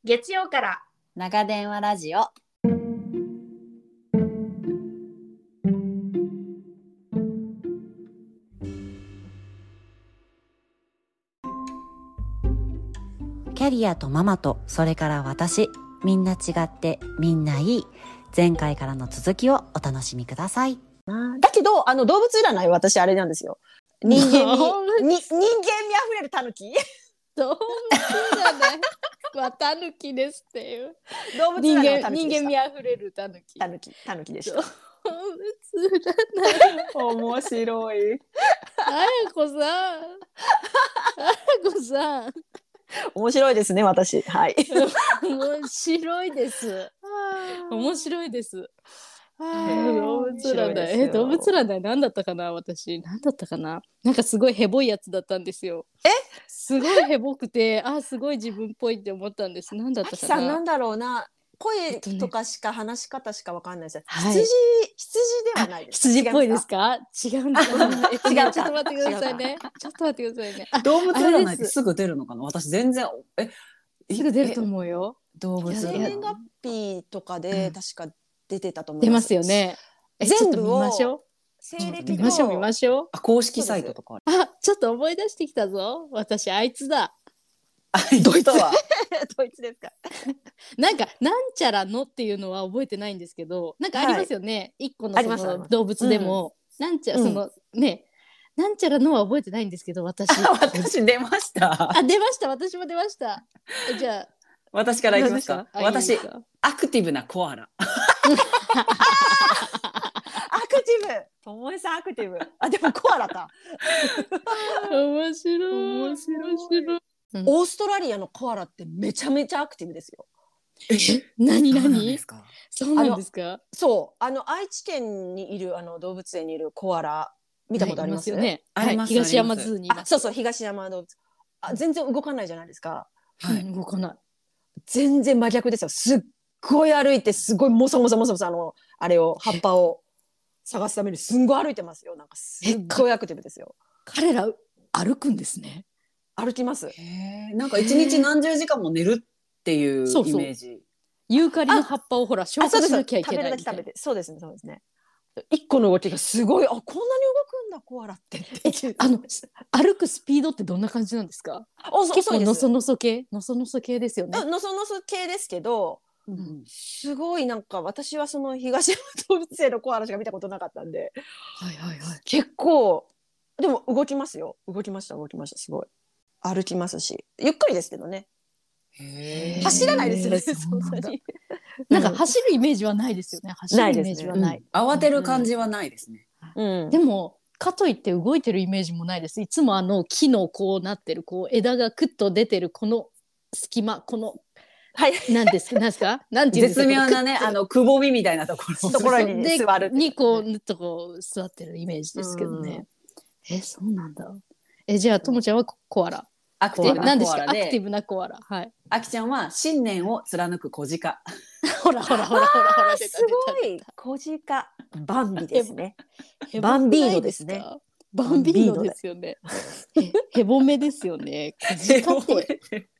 月曜から長電話ラジオ。キャリアとママとそれから私、みんな違ってみんないい。前回からの続きをお楽しみください。 だけど動物占い私あれなんですよ。人間味あふれるタヌキ。 動物占いはタヌキですっていう。 動物占いはタヌキ人でした。 間味あふれるタヌキ。 タヌキでした。 動物占い。 面白い。 あやこさん。あやこさん。 面白いですね私。はい。 面白いです。面白いです。動物面白いですよ占い。動物占い何だったかな、私。何だったかな。なんかすごいヘボいやつだったんですよ。すごいヘボくて、すごい自分っぽいって思ったんです。何だったかな。 あきさんなんだろうな。声とかしか話し方しかわかんないですよ。 はい羊ではないですか。 羊っぽいですか？違うんだ。 違うちょっと待ってくださいね。ちょっと待ってくださいね。 動物占いっあれですてすぐ出るのかな。私全然すぐ出ると思うよ。 動物生占い。 年月日とかで確か出てたと思い出ま。 ますすよね。 全部をちょっと見ましょ西う。 暦と見ましょう。 公式サイトとかある。 ちょっと思い出してきたぞ。私あいつだ。 ドイツはドイツですか。 なんかなんちゃらのっていうのは覚えてないんですけど、なんかありますよね。一個のありますありますその動物でも、なんちゃらうんそのね、なんちゃらのは覚えてないんですけど、私。 私出ました。 出ました。私も出ました。じゃあ私からいきますか。 何でした？いい私ですか？ アクティブなコアラ。 アクティブ。ともえさんアクティブ。でもコアラか。 面白い。 面白い面オーストラリアのコアラってめちゃめちゃアクティブですよ。 何そうなんで何すか。 そうなんですか？ そう愛知県にいる動物園にいるコアラ見たことありますよね。 あります東山ズーにいます。 そうそう東山動物。全然動かないじゃないですか。 はい。 動かない。 全然真逆ですよ。すっごい歩いてすごいもさもさあれを葉っぱを探すためにすんごい歩いてますよ。なんかすっごいアクティブですよ。 彼ら歩くんですね。 歩きます。 なんか一日何十時間も寝るっていうイメそうそうージ。 ユーカリの葉っぱをほら消化しなきゃいけないみたいな。 そうですねそうですね。一個の動きがすごいこんなに動くんだコアラって歩くスピードってどんな感じなんですか？結構のそのそ系ですよね。 のそのそ系ですけど、すごいなんか私はその東山動物園のコアラしか見たことなかったんで、結構でも動きますよ。動きましたすごい歩きますしゆっくりですけどね。走らないですよね。そんなになんか走るイメージはないですよね。走るイメージはない。 慌てる感じはないですね。 でもかといって動いてるイメージもないです。いつも木のこうなってるこう枝がクッと出てるこの隙間このなんですかなんていうんですか。 絶妙なねくぼみみたいなところに座るにこうぬっとこう座ってるイメージですけどね。そうなんだ。じゃあともちゃんはコアラ。 アクティブなコアラで。 アクティブなコアラ。はい。 あきちゃんは信念を貫く小鹿。 ほら。 すごい小鹿バンビですね。バンビーノですね。 バンビーノですよね。ヘボメですよね。小鹿って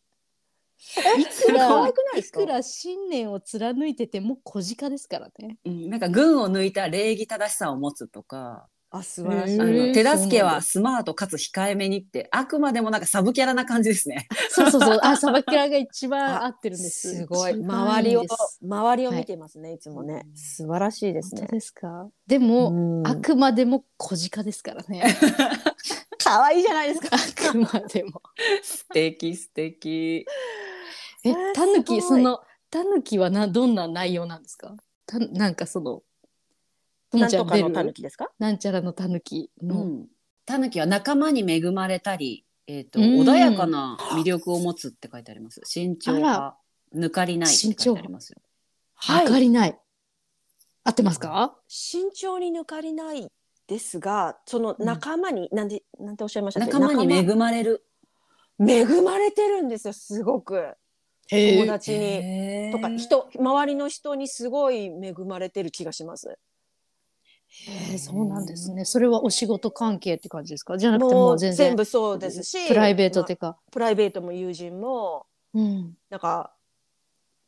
いくら信念を貫いてても小鹿ですからね。 なんか群を抜いた礼儀正しさを持つとか。 素晴らしい。 手助けはスマートかつ控えめにってあくまでもなんかサブキャラな感じですね。 そうサブキャラが一番合ってるんです。 すごい周りを見てますね、いつもね。素晴らしいですね。 本当ですか？でもあくまでも小鹿ですからね。 可愛いじゃないですか。 あくまでも素敵。 タヌキはどんな内容なんですか？なんかそのなんとかのタヌキですか？ なんちゃらのタヌキの。 タヌキは仲間に恵まれたり、穏やかな魅力を持つって書いてあります。慎重派、抜かりないって書いてありますよ。 抜かりない。合ってますか？ 慎重に抜かりないですが、その仲間に、なんておっしゃいましたっけ？ 仲間に恵まれる。 恵まれてるんですよ、すごく。友達にとか周りの人にすごい恵まれてる気がします。 そうなんですね。それはお仕事関係って感じですか？じゃなくてもう全部そうですし、 プライベートってか、 プライベートも友人も、なんか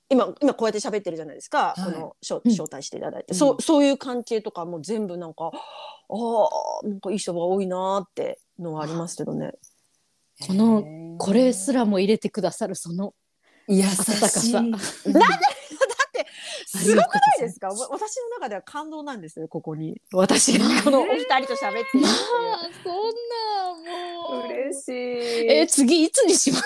今こうやって喋ってるじゃないですか、この招待していただいて、そういう関係とかも全部なんかなんかいい人が多いなってのはありますけどね。 これすらも入れてくださるその優温かしい。 なんでだってすごくないですか。私の中では感動なんですよ、ここに私がこのお二人と喋ってるっていう。 そんなもう嬉しい。 次いつにします？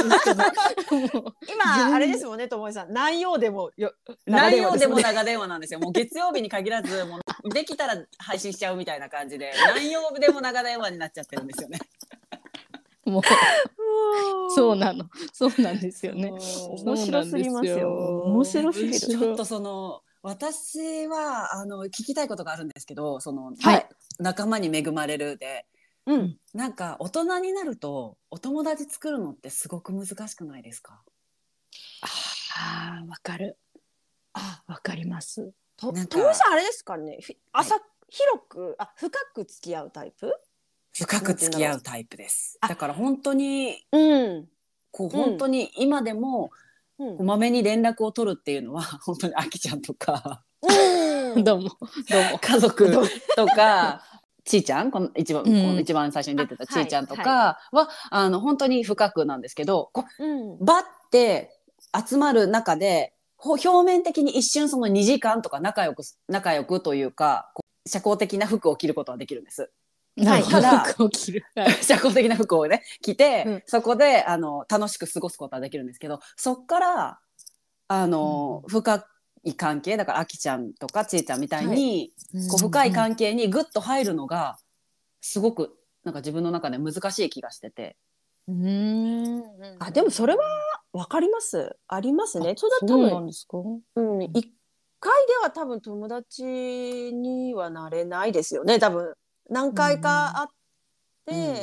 今あれですもんね、ともえさん、何曜でも長電話なんですよ。もう月曜日に限らず、もうできたら配信しちゃうみたいな感じで、何曜日でも長電話になっちゃってるんですよね。 もうそうなんですよね。 面白すぎますよ。面白すぎる。 ちょっと私は聞きたいことがあるんですけど、仲間に恵まれるで、なんか大人になるとお友達作るのってすごく難しくないですか？ わかる。わかります。 ともえさんあれですかね。広く深く付き合うタイプ？ 深く付き合うタイプです。だから本当に、本当に今でもまめに連絡を取るっていうのは本当にあきちゃんとかどうも家族とかちーちゃん、この一番最初に出てたちーちゃんとかは本当に深くなんですけど、バッて集まる中で表面的に一瞬その2時間とか仲良くというか社交的な服を着ることはできるんです。ただ社交的な服をね着て、そこで楽しく過ごすことはできるんですけど、そっから深い関係だからあきちゃんとかちーちゃんみたいに、深い関係にグッと入るのがすごくなんか自分の中で難しい気がしてて。 でもそれはわかります。ありますね。 そうなんですか？ 一回では多分友達にはなれないですよね。多分何回かあって、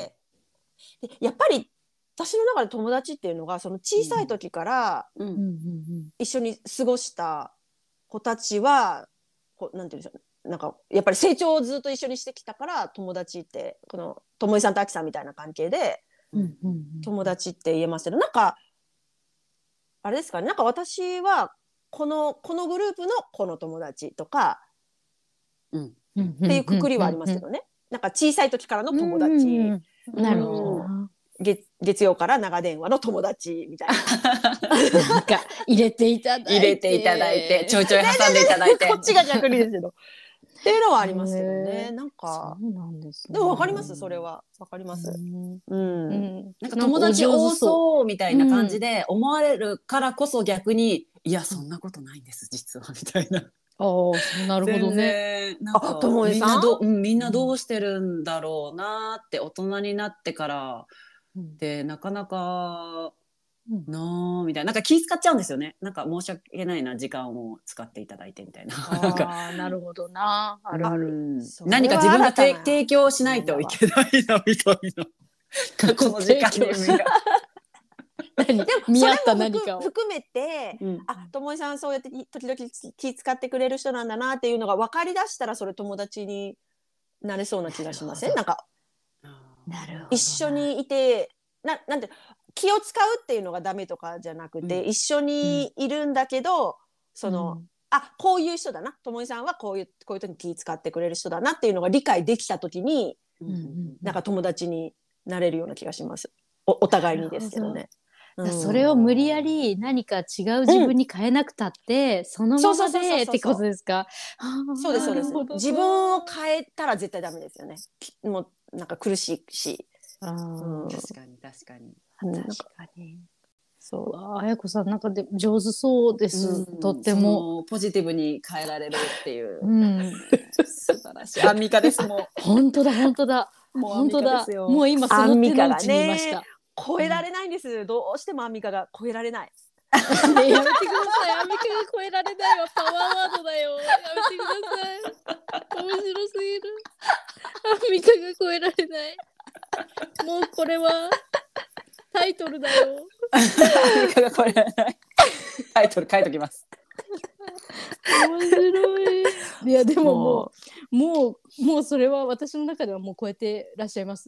でやっぱり私の中で友達っていうのがその小さい時から一緒に過ごした子たちはなんていうんでしょう、なんかやっぱり成長をずっと一緒にしてきたから友達ってこのともえさんとあきさんみたいな関係で友達って言えますけど、なんかあれですかね、なんか私はこのグループのこの友達とかっていうくくりはありますけどね。なんか小さい時からの友達、 なるほど。 月曜から長電話の友達みたいな。 なんか入れていただいてちょいちょい挟んでいただいて、 こっちが逆にですけどっていうのはありますけどね。なんかそうなんですね。 でも分かります。それは分かります。 なんか友達多そうみたいな感じで思われるからこそ逆にいやそんなことないんです実はみたいな。 なるほどね。 なんかみんなどうしてるんだろうなって大人になってからでなかなかなみたいな、なんか気使っちゃうんですよね。なんか申し訳ないな時間を使っていただいてみたいな。 なるほどな。あるある。 何か自分が提供しないといけないなみたいな。この時間にでもそれも含めて、ともえさんそうやって時々気使ってくれる人なんだなっていうのが分かりだしたらそれ友達になれそうな気がしません？なんか一緒にいてなんて気を使うっていうのがダメとかじゃなくて、一緒にいるんだけどこういう人だな、ともえさんはこういう時に気使ってくれる人だなっていうのが理解できた時に、なんか友達になれるような気がします。お互いにですけどね。 それを無理やり何か違う自分に変えなくたって、そのままでってことですか？ そうですそうです。自分を変えたら絶対ダメですよね。もうなんか苦しいし。 確かに。 そう綾子さんなんかで上手そうです、とってもポジティブに変えられるっていう、素晴らしいアンミカです。もう本当だもう今その手の内にいました。 超えられないんです。どうしてもアンミカが超えられない。 やめてください。アンミカが超えられないはパワーワードだよ。やめてください。面白すぎる。アンミカが超えられない。もうこれはタイトルだよ。 アンミカが超えられない。タイトル書いときます。 面白い。いやでももうそれは私の中ではもう超えてらっしゃいます。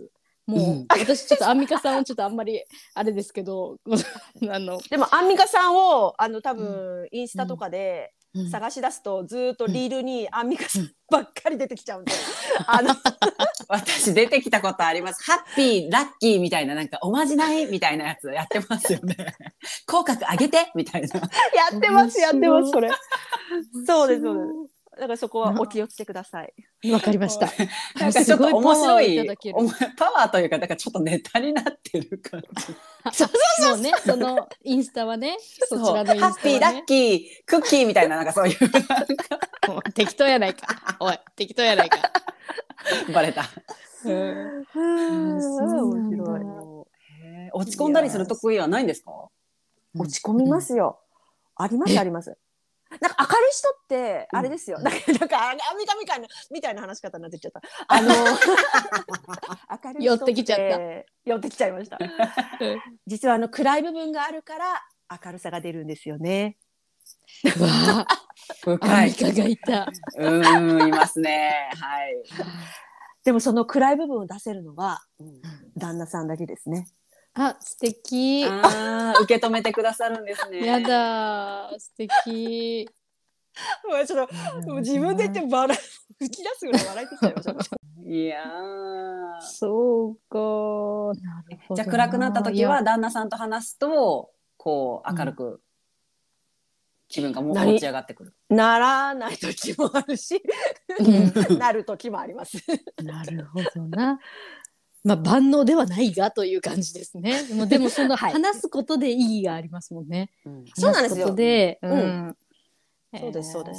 もう、私ちょっとアンミカさんをちょっとあんまりあれですけどでもアンミカさんを多分インスタとかで探し出すと、ずっとリールにアンミカさんばっかり出てきちゃうんで、 私出てきたことあります。ハッピーラッキーみたいな、なんかおまじないみたいなやつやってますよね。口角上げてみたいな。 やってますそれ。そうです。だからそこはお気をつけください。 わかりました。 なんかちょっと面白いパワーというか、なんかちょっとネタになってる感じ。 もうね、そのインスタはね、そちらのインスタはね、 ハッピーラッキークッキーみたいな、なんかそういう適当やないか。おい、適当やないか。 バレた。 面白い。 落ち込んだりする得意はないんですか？ 落ち込みますよ。あります。なんか明るい人ってあれですよ。なんかアンミカみたいな話し方になってきちゃった。明るい人って寄ってきちゃいました。実は暗い部分があるから明るさが出るんですよね。 わあ、深い。アンミカがいた。 いますね。はい。 でもその暗い部分を出せるのは旦那さんだけですね。 あ、素敵。 受け止めてくださるんですね。 やだ、素敵。 もうちょっと自分で言って吹き出すぐらい笑いてきちゃいました。 いやそうか。なるほど。 じゃあ暗くなった時は旦那さんと話すとこう明るく気分が持ち上がってくる。 ならない時もあるし、なる時もあります。 なるほどな。まあ万能ではないがという感じですね。でもその話すことで意義がありますもんね。 そうなんですよ。 そうですそうです。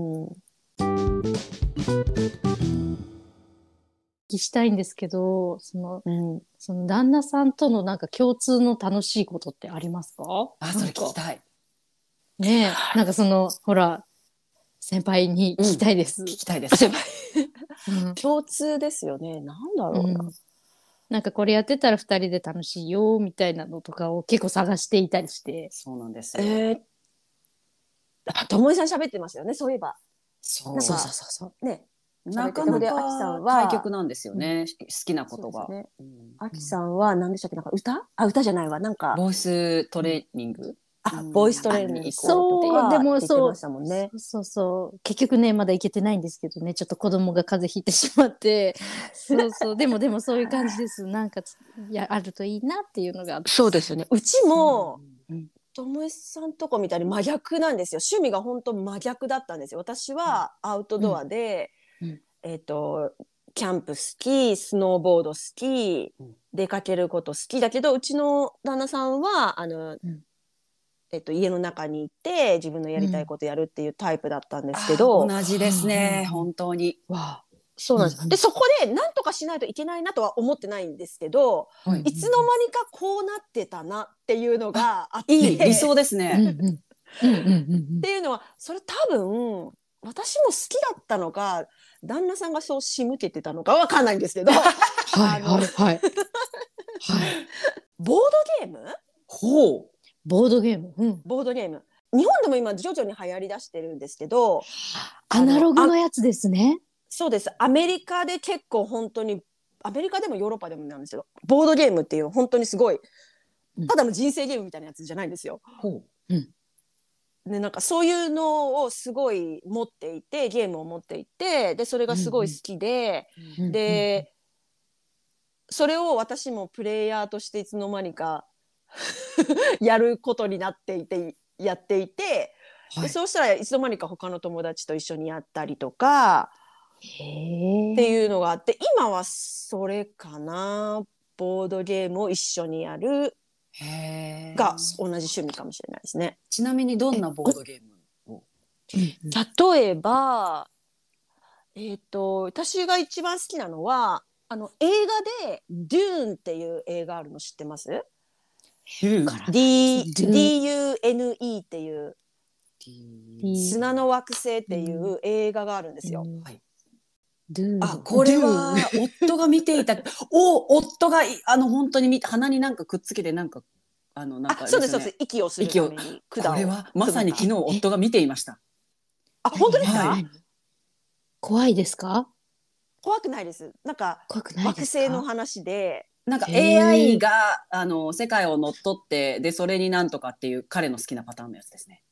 聞きしたいんですけど、その旦那さんとのなんか共通の楽しいことってありますか？ それ聞きたい。 ねえ、なんかほら先輩に聞きたいです。 聞きたいです。 先輩共通ですよね。なんだろうな。 なんかこれやってたら2人で楽しいよみたいなのとかを結構探していたりして。 そうなんです。 ともえさん喋ってますよね。そういえば。 そうね。 なかなか対局なんですよね。好きなことが。 あきさんは何でしたっけ、なんか歌じゃないわ、なんかボイストレーニング。 ボイストレーニングそうでもそうそう結局ねまだ行けてないんですけどね、ちょっと子供が風邪ひいてしまってそうでもそういう感じです。なんかあるといいなっていうのが。 そうですよね。うちもともえさんとこみたいに真逆なんですよ。趣味が本当真逆だったんですよ。私はアウトドアで、キャンプ好き、スノーボード好き、出かけること好きだけど、うちの旦那さんは家の中にいて自分のやりたいことやるっていうタイプだったんですけど、 同じですね、本当に。 そうなんです。でそこで何とかしないといけないなとは思ってないんですけど、いつの間にかこうなってたなっていうのがあって、 いい理想ですね。 っていうのはそれ多分私も好きだったのか旦那さんがそう仕向けてたのかわかんないんですけどボードゲームボードゲーム、 ボードゲーム日本でも今徐々に流行りだしてるんですけど、 アナログのやつですね。 そうです。アメリカで結構本当にアメリカでもヨーロッパでもなんですけど、ボードゲームっていう本当にすごいただの人生ゲームみたいなやつじゃないんですよ。でなんかそういうのをすごい持っていて、ゲームを持っていて、でそれがすごい好きで、でそれを私もプレイヤーとしていつの間にかやることになっていてやっていて、でそうしたらいつの間にか他の友達と一緒にやったりとかっていうのがあって、今はそれかな、ボードゲームを一緒にやるが同じ趣味かもしれないですね。 ちなみにどんなボードゲームを？ 例えば、私が一番好きなのは映画で「デューン」っていう映画あるの知ってます？ DUNE っていう砂の惑星っていう映画があるんですよ。 これは夫が見ていた夫が本当に鼻になんかくっつけてなんかそうですそうです、息をするためにこれはまさに昨日夫が見ていました。 本当ですか？ 怖いですか？ 怖くないです。なんか惑星の話で、 なんか AI が世界を乗っ取ってでそれになんとかっていう彼の好きなパターンのやつですね。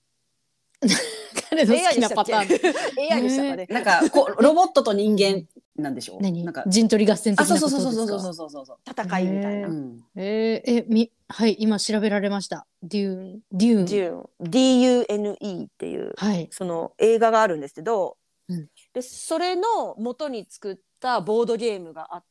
彼の好きなパターン。 AI でしたかね。 なんかロボットと人間なんでしょう。 何？ なんか陣取り合戦的なことですか？ そう戦いみたいな。 はい、今調べられました。デューン DUNE っていう、 はい、 その映画があるんですけど、 うん、 でそれの元に作ったボードゲームがあって、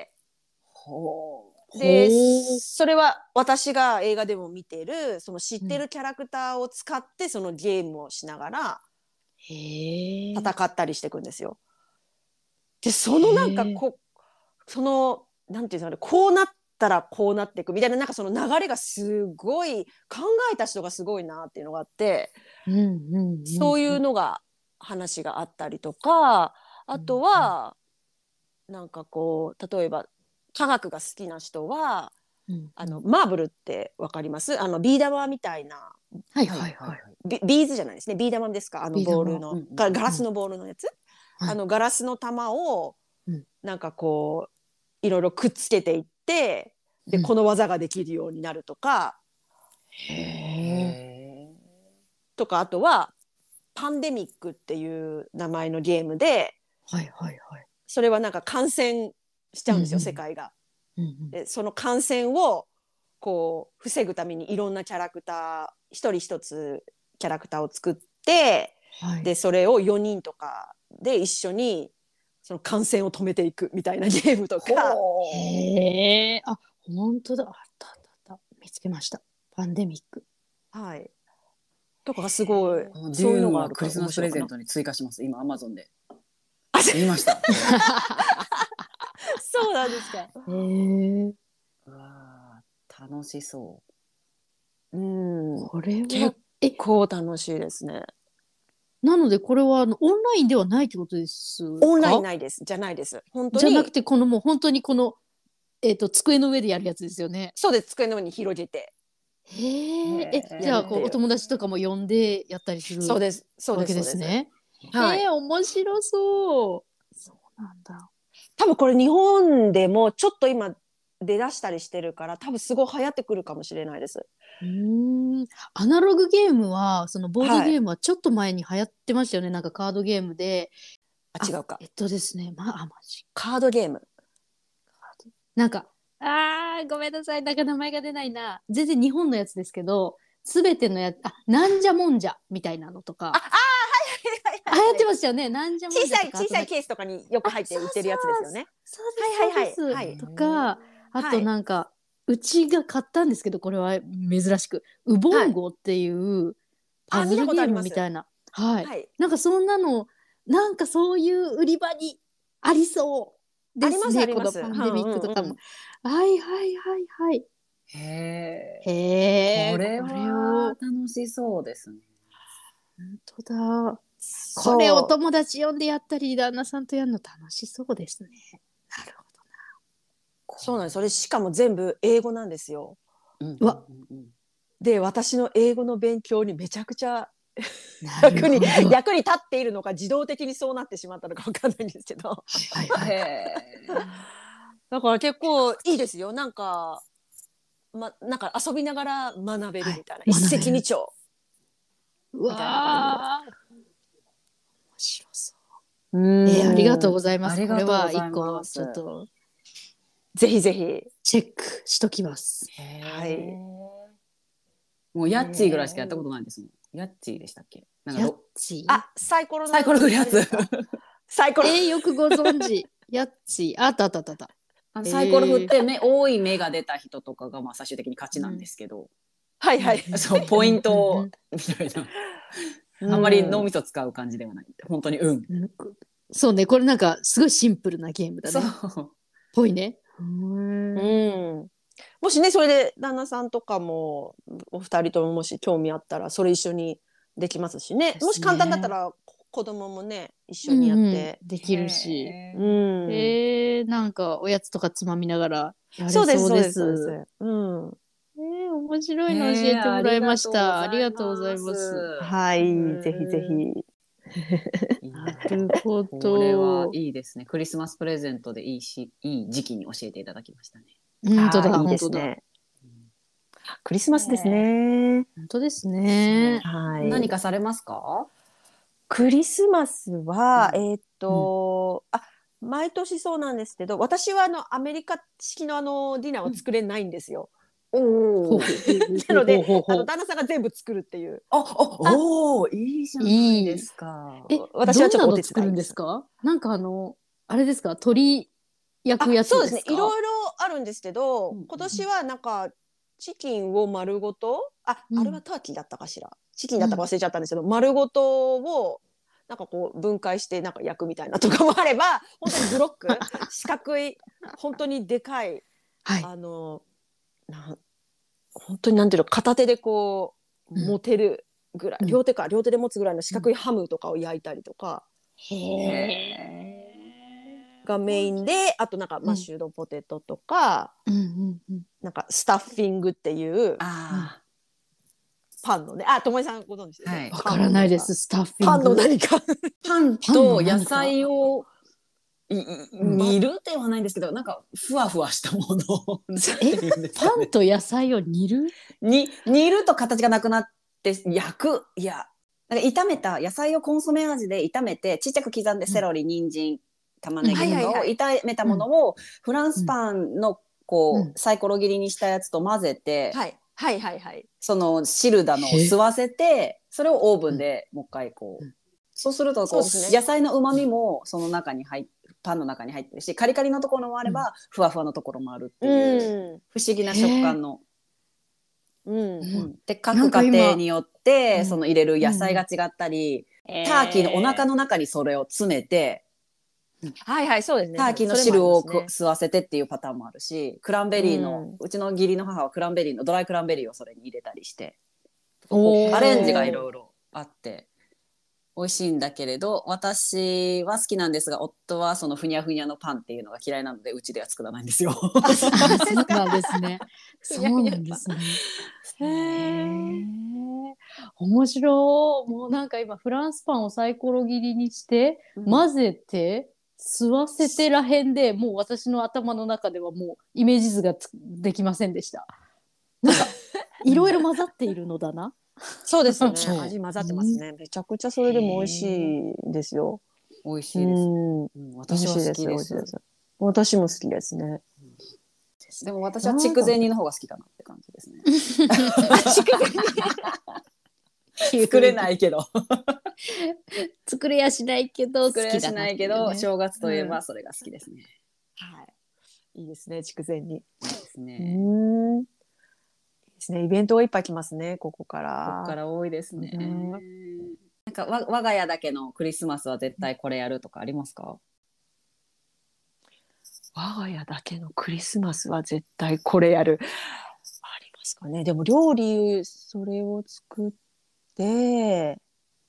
でそれは私が映画でも見てるその知ってるキャラクターを使ってそのゲームをしながら戦ったりしていくんですよ。でそのなんかそのなんていうんですかね、こうなったらこうなっていくみたいな、なんかその流れがすごい考えた人がすごいなっていうのがあって、そういうのが話があったりとか、あとはなんかこう例えば科学が好きな人は、マーブルってわかります？ビー玉みたいな、ビーズじゃないですね、ビー玉ですか、ボールのガラスのボールのやつ、ガラスの玉をなんかこういろいろくっつけていって、でこの技ができるようになるとか、とか、あとはパンデミックっていう名前のゲームで、それはなんか感染しちゃうんですよ、世界が。でその感染をこう防ぐためにいろんなキャラクター一人一つキャラクターを作って、でそれを4人とかで一緒にその感染を止めていくみたいなゲームとか。 あ、本当だ、あった見つけました、パンデミック。 とかがすごい、 そういうのがあるからクリスマスプレゼントに追加します。今 Amazon で言いました。 そうなんですか。 うわ楽しそう。 これは結構楽しいですね。 なのでこれはオンラインではないってことですか？ オンラインないです。じゃないです。本当に。 じゃなくてこのもう本当にこの机の上でやるやつですよね。 そうです。机の上に広げて。 じゃあこうお友達とかも呼んでやったりする。 そうです。 わけですね。面白そう。そうなんだ。 多分これ日本でもちょっと今出だしたりしてるから、多分すごい流行ってくるかもしれないです。 アナログゲームはそのボードゲームはちょっと前に流行ってましたよね。なんかカードゲームで。 違うか。 ですね。マジカードゲーム。 なんかごめんなさい、なんか名前が出ないな。全然日本のやつですけど、すべてのやつ、なんじゃもんじゃみたいなのとか。流行ってましたよね。なんじゃもんじゃとか。 小さいケースとかによく入って売ってるやつですよね。 そうです。とか、あとなんか、うちが買ったんですけど、これは珍しく、ウボンゴっていうパズルゲームみたいな。なんかそんなの、なんかそういう売り場にありそうですね。このパンデミックとかも。 これは楽しそうですね。 本当だ。これお友達呼んでやったり旦那さんとやるの楽しそうですね。なるほどな。 そうなんです。それしかも全部英語なんですよ。で私の英語の勉強にめちゃくちゃ役に立っているのか、自動的にそうなってしまったのか分かんないんですけど。だから結構いいですよ。なんか遊びながら学べるみたいな、一石二鳥みたいな感じで。面白そう。ありがとうございます。これは一個ちょっとぜひぜひチェックしときます。 もうヤッチーぐらいしかやったことないですもん。ヤッチーでしたっけ？ ヤッチー？ サイコロ振るやつ。 サイコロ。 よくご存知。ヤッチー。あった。 サイコロ振って多い目が出た人とかが最終的に勝ちなんですけど。そうポイントみたいな。あんまり脳みそ使う感じではない。本当にそうね、これなんかすごいシンプルなゲームだね。ぽいね。 もしねそれで旦那さんとかもお二人とももし興味あったらそれ一緒にできますしね。もし簡単だったら子供もね一緒にやってできるし、なんかおやつとかつまみながらやれそうです。 面白いの教えてもらいました。ありがとうございます。 ぜひぜひ。 なるほど。 これはいいですね。クリスマスプレゼントでいい時期に教えていただきましたね。 本当だ、 いいですね。クリスマスですね。 本当ですね。 はい。 何かされますか？ クリスマスは、毎年そうなんですけど、私はアメリカ式のディナーを作れないんですよ。 おお。 なので、旦那さんが全部作るっていう。 おお、いいじゃないですか。 私はちょっとお手伝い作るんですか？なんかあれですか？鳥焼くやつですか？ そうですね。いろいろあるんですけど、今年はなんかチキンを丸ごと、あれはターキーだったかしら。チキンだったか忘れちゃったんですけど、丸ごとをなんかこう分解してなんか焼くみたいなとかもあれば、本当にブロック四角い本当にでかい、本当になんていうの、片手でこう持てるぐらい、両手で持つぐらいの四角いハムとかを焼いたりとか。がメインで、あとなんかマッシュドポテトとか、なんかスタッフィングっていうパンのね、ともえさんご存知ですね。 わからないです。スタッフィング。 パンの何か。 パンと野菜を煮るではないんですけど、なんかふわふわしたもの。 パンと野菜を煮る？ 煮ると形がなくなって焼く。いや、なんか炒めた野菜をコンソメ味で炒めて、ちっちゃく刻んでセロリ、人参、玉ねぎとかを炒めたものをフランスパンのこうサイコロ切りにしたやつと混ぜて、その汁だのを吸わせて、それをオーブンでもう一回こう、そうするとこう野菜の旨味もその中にパンの中に入ってるし、カリカリのところもあれば、ふわふわのところもあるっていう不思議な食感の。で各家庭によってその入れる野菜が違ったり、ターキーのお腹の中にそれを詰めて、 そうですね。 ターキーの汁を吸わせてっていうパターンもあるし、クランベリーの、うちの義理の母はクランベリーのドライクランベリーをそれに入れたりして、アレンジがいろいろあって美味しいんだけれど、私は好きなんですが、夫はそのふにゃふにゃのパンっていうのが嫌いなので、うちでは作らないんですよ。 そうなんですね。そうなんですね。面白い。もうなんか今フランスパンをサイコロ切りにして混ぜて吸わせてらへんで、もう私の頭の中ではもうイメージ図ができませんでした。なんかいろいろ混ざっているのだな。 そうですね。味混ざってますね。めちゃくちちゃそれでも美味しいですよ。 美味しいです。私は好きです。 私も好きですね。 でも私は筑前煮の方が好きだなって感じですね。 筑前煮作れないけど作れやしないけど作れやしないけど、正月といえばそれが好きですね。 はい、いいですね、筑前煮。 ですね。 いいですね。イベントがいっぱい来ますね、ここから。 ここから多いですね。なんか我が家だけのクリスマスは絶対これやるとかありますか？ 我が家だけのクリスマスは絶対これやる。ありますかね。でも料理それを作って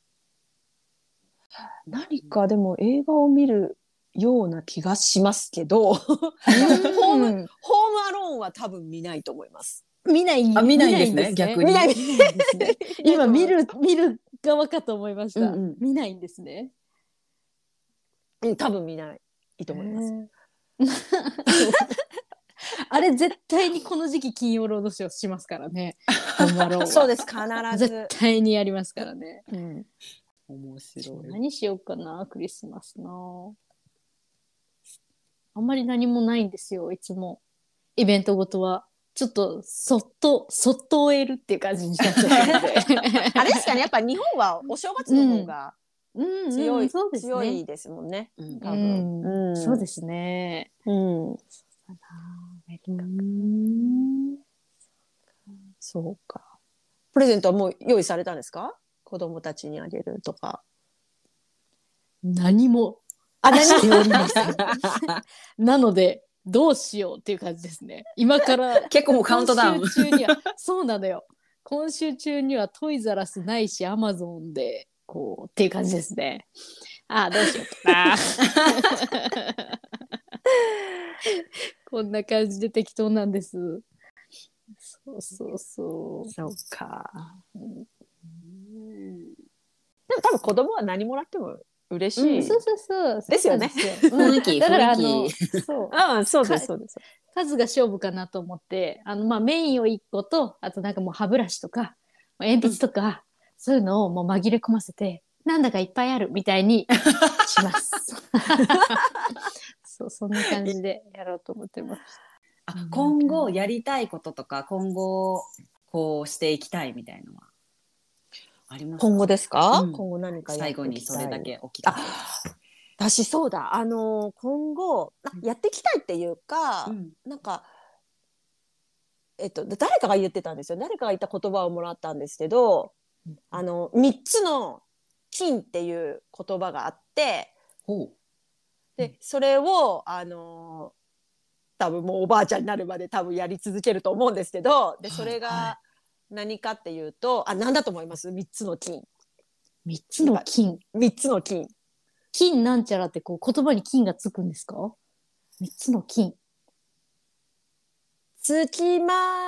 何かでも映画を見るような気がしますけど、ホームアローンは多分見ないと思います。 見ないんですね。逆に。 今見る側かと思いました。見ないんですね。 多分見ないと思います。 あれ絶対にこの時期金曜ロードショーしますからね。 そうです、必ず絶対にやりますからね。 面白い。 何しようかな、クリスマスな。あんまり何もないんですよ、いつも。イベントごとは。ちょっとそっと終えるっていう感じになっちゃうので。 あれですかね、やっぱ日本はお正月の方が強いですもんね。多分。 そうですね。 そうか。プレゼントはもう用意されたんですか？子供たちにあげるとか。 何もしておりません。なのでどうしようっていう感じですね。今から結構もうカウントダウン。 そうなのよ。今週中にはトイザラスないしアマゾンでこうっていう感じですね。どうしようかな。こんな感じで適当なんです。そう。 そうか。 も多分子供は何もらっても嬉しい、 そうそうそうですよね。 雰囲気だからそうそうですそうです。 数が勝負かなと思ってメインを1個とあとなんかもう歯ブラシとか鉛筆とか、そういうのをもう紛れ込ませてなんだかいっぱいあるみたいにします。そうそんな感じでやろうと思ってます。 今後やりたいこととか今後こうしていきたいみたいのはありますか？ 今後ですか？ うん、 今後何かやっていきたい。 最後にそれだけお聞かせ。 私そうだ今後やっていきたいっていうか、なんか誰かが言ってたんですよ。誰かが言った言葉をもらったんですけど、3つの金っていう言葉があって、でそれを多分もうおばあちゃんになるまで多分やり続けると思うんですけど、でそれが何かっていうと、何だと思います？3つの金。 3つの金。 3つの金。 金なんちゃらってこう言葉に金がつくんですか？3つの金。 つき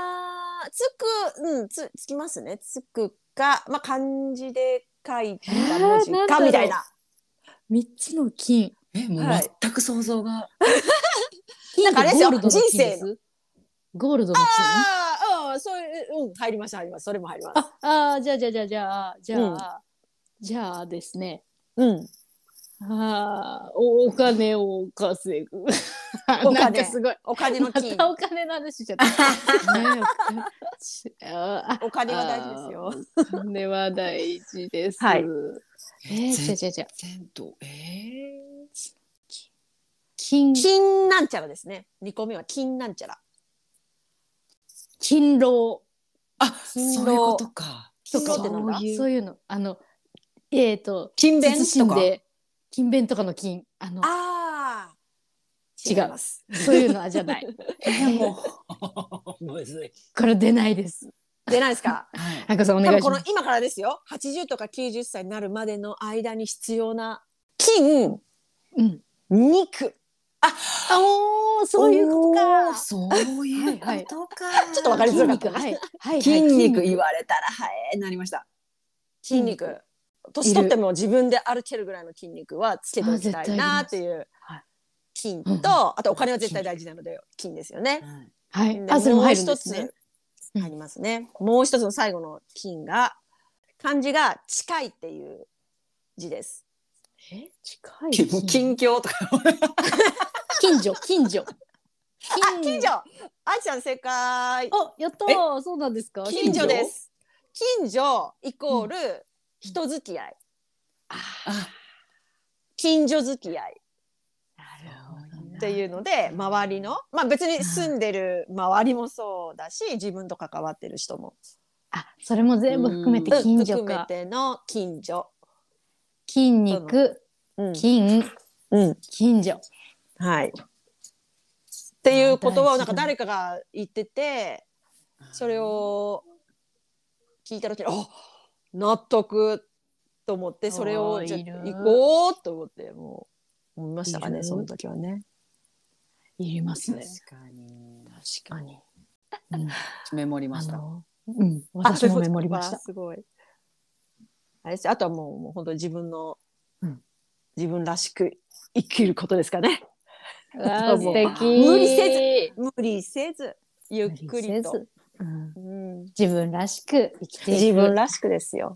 ますね。つくか、漢字で書いた文字かみたいな。 3つの金。 もう全く想像が。 なんかあれですよ、人生の。 ゴールドの金。 そういう、入ります。それも入ります。 じゃあですね。 お金を稼ぐ。なんかすごい。 お金の金。 お金の話しちゃった。 お金は大事ですよ。 お金は大事です。 はい。金なんちゃらですね。2個目は金なんちゃら。 勤労。 そういうことか。 勤労ってなんだ？ そういうの。 勤勉とか。 勤勉とかの金。 違います。 そういうのはじゃない。 もうむずい。 これ出ないです。 出ないですか？ なんかお願いします。 今からですよ。80とか90歳になるまでの間に必要な金、肉。 そういうことか。 そういうことか。 ちょっとわかりづらかった。 筋肉言われたらなりました。 筋肉。年取っても自分で歩けるぐらいの筋肉はつけておきたいなっていう筋と、あとお金は絶対大事なので金ですよね。 はい。それも入るんですね。 ありますね。もう一つの最後の金が漢字が近いっていう字です。 近い。 近況とか。 近所。 近所。あいちゃん正解。 やったー。そうなんですか？ 近所です。近所イコール人付き合い。近所付き合い。っていうので周りの別に住んでる周りもそうだし自分と関わってる人もそれも全部含めて近所か。 含めての近所。 筋肉、近所。 はい。っていう言葉をなんか誰かが言ってて、それを聞いた時に納得と思ってそれをじゃ行こうと思って思いましたかね、その時はね。 いりますね。 確かに。 メモりました。 私もメモりました。 すごい。あれです。あとはもう本当に自分らしく生きることですかね。 素敵。 無理せずゆっくりと、 自分らしく生きていく。 自分らしくですよ。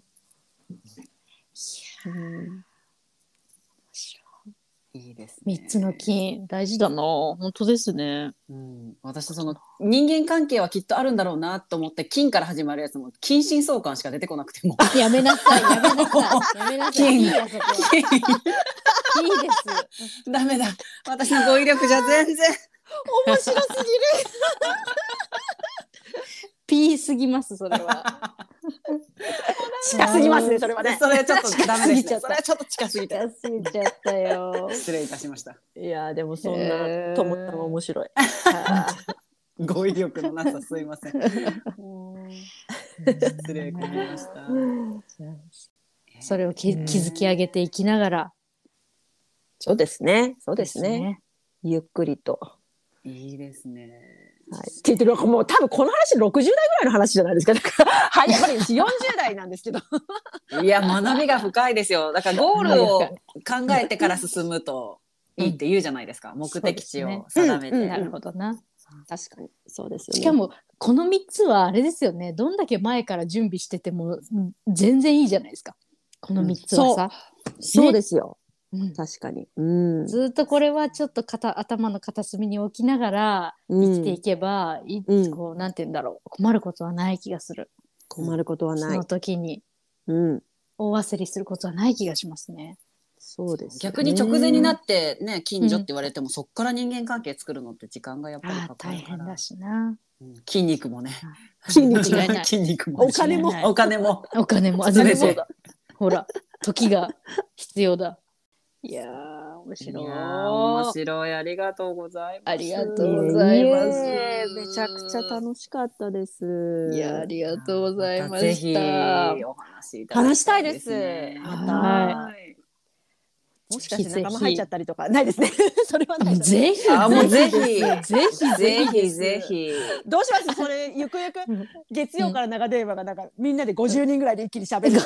いいですね。 3つの金大事だな。本当ですね。 私その人間関係はきっとあるんだろうなと思って金から始まるやつも近親相関しか出てこなくてもやめなさい。いいやそこは。いいです。 ダメだ。私の語彙力じゃ全然面白すぎる。 ピーすぎますそれは。 近すぎますねそれはね。 それちょっとダメですね。それはちょっと近すぎた。 近すぎちゃったよ。 失礼いたしました。 いやでもそんなと思ったの面白い。 語彙力のなさすいません。失礼込みました。 それを築き上げていきながら。 そうですね。ゆっくりと。 いいですね。 って言ってるもう多分この話60代ぐらいの話じゃないですか。だからやっぱり40代なんですけど。 いや学びが深いですよ。だからゴールを考えてから進むといいって言うじゃないですか、目的地を定めて。 なるほどな。 確かにそうですよね。 しかもこの3つはあれですよね、どんだけ前から準備してても全然いいじゃないですか、この3つはさ。 そうですよ、 うん確かに、 ずっとこれはちょっと頭の片隅に置きながら生きていけば、こうなんて言うんだろう、困ることはない気がする。 困ることはない。 その時に大焦りすることはない気がしますね。 そうですね。 逆に直前になってね、近所って言われても、そっから人間関係作るのって時間がやっぱりかか大るから。 変だしな。 筋肉もね。 筋肉違いない。 筋肉も。 お金も。 お金も。 お金も。全部そうだ。ほら、時が必要だ。いやー、面白い。 面白い。ありがとうございます。 ありがとうございます。 めちゃくちゃ楽しかったです。 いや、ありがとうございました。 ぜひお話いただ話したいです。 はい。 もしかして仲間入っちゃったりとかないですね。それはない。 ぜひ。 もうぜひぜひぜひ。 どうします？それゆくゆく月曜から長電話がなんかみんなで50人ぐらいで一気に喋るって。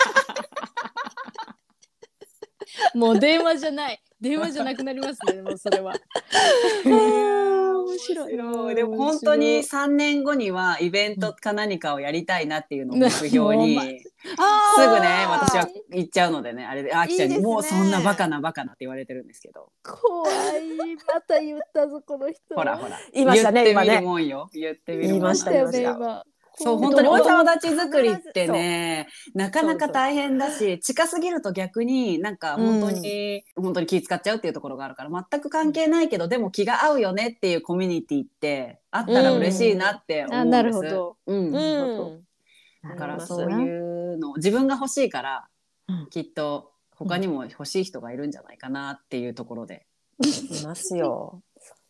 もう電話じゃない。電話じゃなくなりますね。もうそれは。 面白い。 でも本当に3年後にはイベントか何かをやりたいなっていうのを目標に、すぐね私は言っちゃうのでね、あれできちゃんにもうそんなバカなって言われてるんですけど。 怖い。また言ったぞこの人。 ほら言いましたね、 今ね。言ってみるもんよ。 言いましたよね今。 そう本当にお友達作りってねなかなか大変だし、近すぎると逆になんか本当に気使っちゃうっていうところがあるから、全く関係ないけどでも気が合うよねっていうコミュニティってあったら嬉しいなって思うんです。 なるほど。 だからそういうの自分が欲しいから、きっと他にも欲しい人がいるんじゃないかなっていうところで。 いますよ。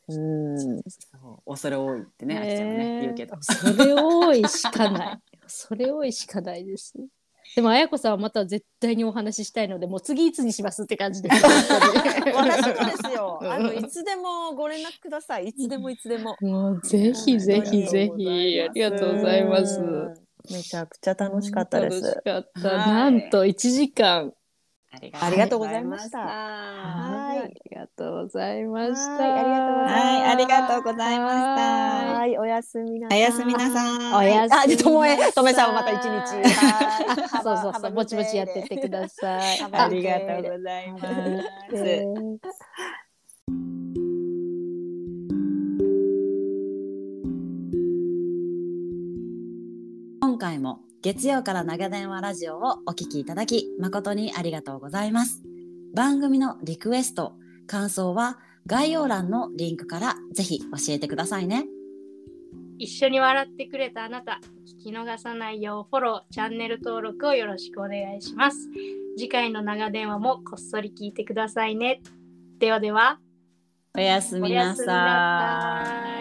恐れ多いってね、あきちゃんはね言うけど。 それ多いしかない。それ多いしかないです。でもあやこさんはまた絶対にお話ししたいので、もう次いつにしますって感じです。 私もですよ。いつでもご連絡ください。いつでも。 もうぜひぜひぜひ、ありがとうございます。 めちゃくちゃ楽しかったです。 楽しかった。なんと1時間。 ありがとうございました。 はい、ありがとうございました。 ありがとうございました。 はい、おやすみなさい。 おやすみなさい。 おやすみ。 とめさんはまた一日。 そう、ぼちぼちやってってください。 ありがとうございます。今回も月曜から長電話ラジオをお聞きいただき誠にありがとうございます。番組のリクエスト、感想は概要欄のリンクからぜひ教えてくださいね。 一緒に笑ってくれたあなた、聞き逃さないようフォロー、チャンネル登録をよろしくお願いします。次回の長電話もこっそり聞いてくださいね。ではでは、 おやすみなさい。